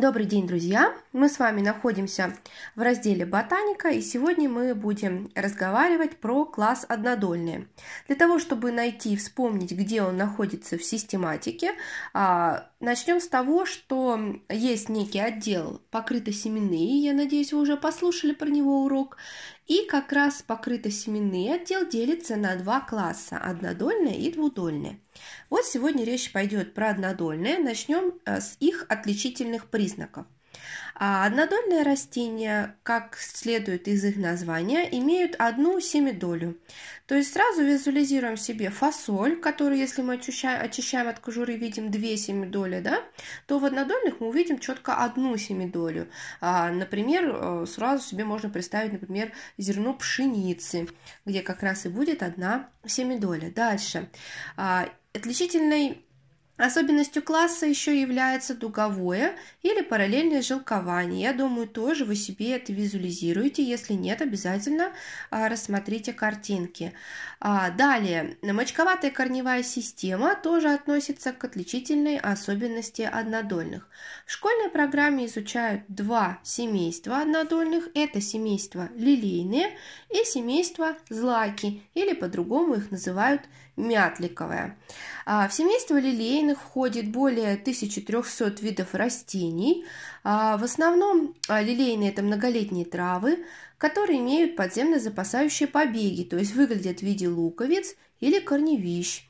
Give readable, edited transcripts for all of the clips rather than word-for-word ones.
Добрый день, друзья! Мы с вами находимся в разделе «Ботаника», и сегодня мы будем разговаривать про класс однодольные. Для того, чтобы найти и вспомнить, где он находится в систематике, начнем с того, что есть некий отдел покрытосеменные, я надеюсь, вы уже послушали про него урок, и как раз покрытосеменный отдел делится на два класса – однодольные и двудольные. Вот сегодня речь пойдет про однодольные. Начнем с их отличительных признаков. Однодольные растения, как следует из их названия, имеют одну семидолю. То есть сразу визуализируем себе фасоль, которую, если мы очищаем от кожуры, видим две семидоли, да, то в однодольных мы увидим четко одну семидолю. Например, сразу себе можно представить, например, зерно пшеницы, где как раз и будет одна семидоля. Дальше. Отличительной особенностью класса еще является дуговое или параллельное жилкование. Я думаю, тоже вы себе это визуализируете. Если нет, обязательно рассмотрите картинки. Далее, мочковатая корневая система тоже относится к отличительной особенности однодольных. В школьной программе изучают два семейства однодольных. Это семейство лилейные и семейство злаки, или по-другому их называют мятликовое. В семейство лилейных входит более 1300 видов растений. В основном лилейные – это многолетние травы, которые имеют подземно запасающие побеги, то есть выглядят в виде луковиц или корневищ.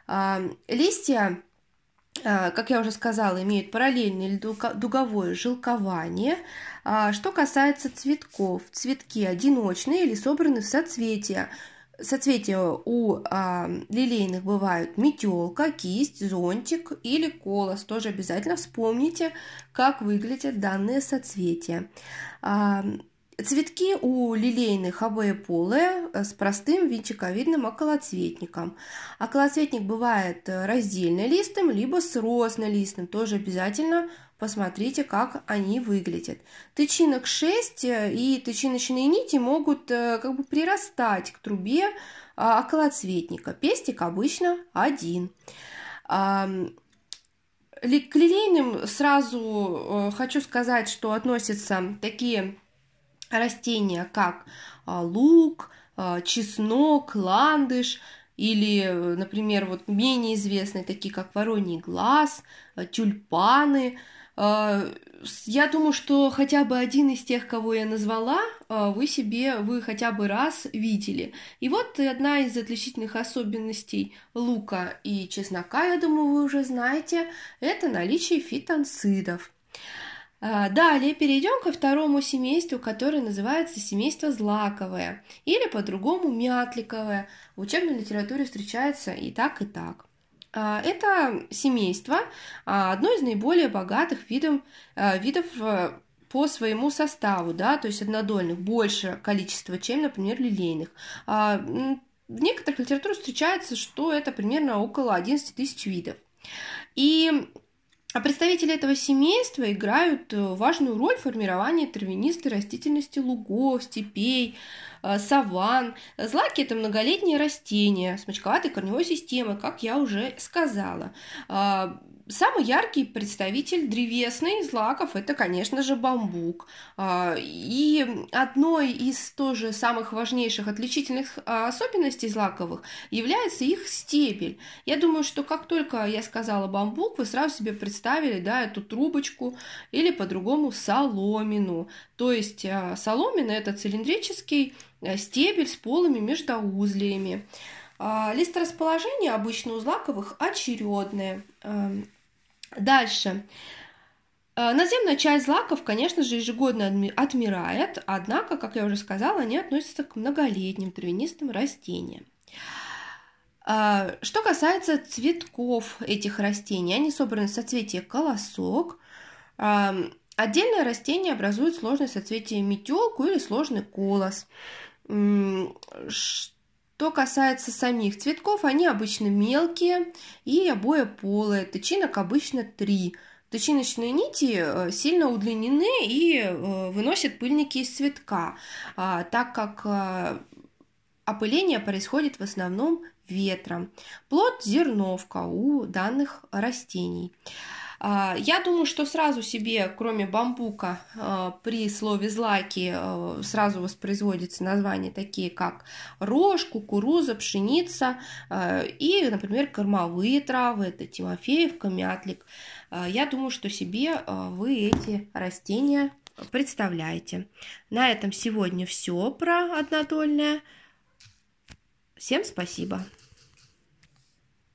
Листья, как я уже сказала, имеют параллельное или дуговое жилкование. Что касается цветков, цветки одиночные или собраны в соцветия. Соцветия у лилейных бывают метелка, кисть, зонтик или колос. Тоже обязательно вспомните, как выглядят данные соцветия. Цветки у лилейных обоеполые с простым венчиковидным околоцветником. Околоцветник бывает раздельнолистным, либо с рознолистным. Тоже обязательно посмотрите, как они выглядят. Тычинок 6 и тычиночные нити могут прирастать к трубе околоцветника. Пестик обычно один. К лилейным сразу хочу сказать, что относятся такие растения, как лук, чеснок, ландыш, или, например, менее известные, такие как вороний глаз, тюльпаны. Я думаю, что хотя бы один из тех, кого я назвала, вы хотя бы раз видели. И вот одна из отличительных особенностей лука и чеснока, я думаю, вы уже знаете, это наличие фитонцидов. Далее перейдем ко второму семейству, которое называется семейство злаковое или по-другому мятликовое. В учебной литературе встречается и так, и так. Это семейство одно из наиболее богатых видов по своему составу, да, то есть однодольных больше количества, чем, например, лилейных. В некоторых литературах встречается, что это примерно около 11 тысяч видов. И представители этого семейства играют важную роль в формировании травянистой растительности лугов, степей, саванн. Злаки – это многолетние растения с мочковатой корневой системой, как я уже сказала. Самый яркий представитель древесный злаков – это, конечно же, бамбук. И одной из тоже самых важнейших отличительных особенностей злаковых является их стебель. Я думаю, что как только я сказала бамбук, вы сразу себе представили, да, эту трубочку или по-другому соломину. То есть соломина – это цилиндрический стебель с полыми междоузлиями. Листорасположение обычно у злаковых очередное. Дальше. Наземная часть злаков, конечно же, ежегодно отмирает, однако, как я уже сказала, они относятся к многолетним травянистым растениям. Что касается цветков этих растений, они собраны в соцветие колосок. Отдельное растение образует сложное соцветие метелку или сложный колос. Что касается самих цветков, они обычно мелкие и обоеполые, тычинок обычно 3. Тычиночные нити сильно удлинены и выносят пыльники из цветка, так как опыление происходит в основном ветром. Плод – зерновка у данных растений. Я думаю, что сразу себе, кроме бамбука, при слове злаки сразу воспроизводятся названия такие, как рожь, кукуруза, пшеница и, например, кормовые травы, это тимофеевка, мятлик. Я думаю, что себе вы эти растения представляете. На этом сегодня все про однодольное. Всем спасибо!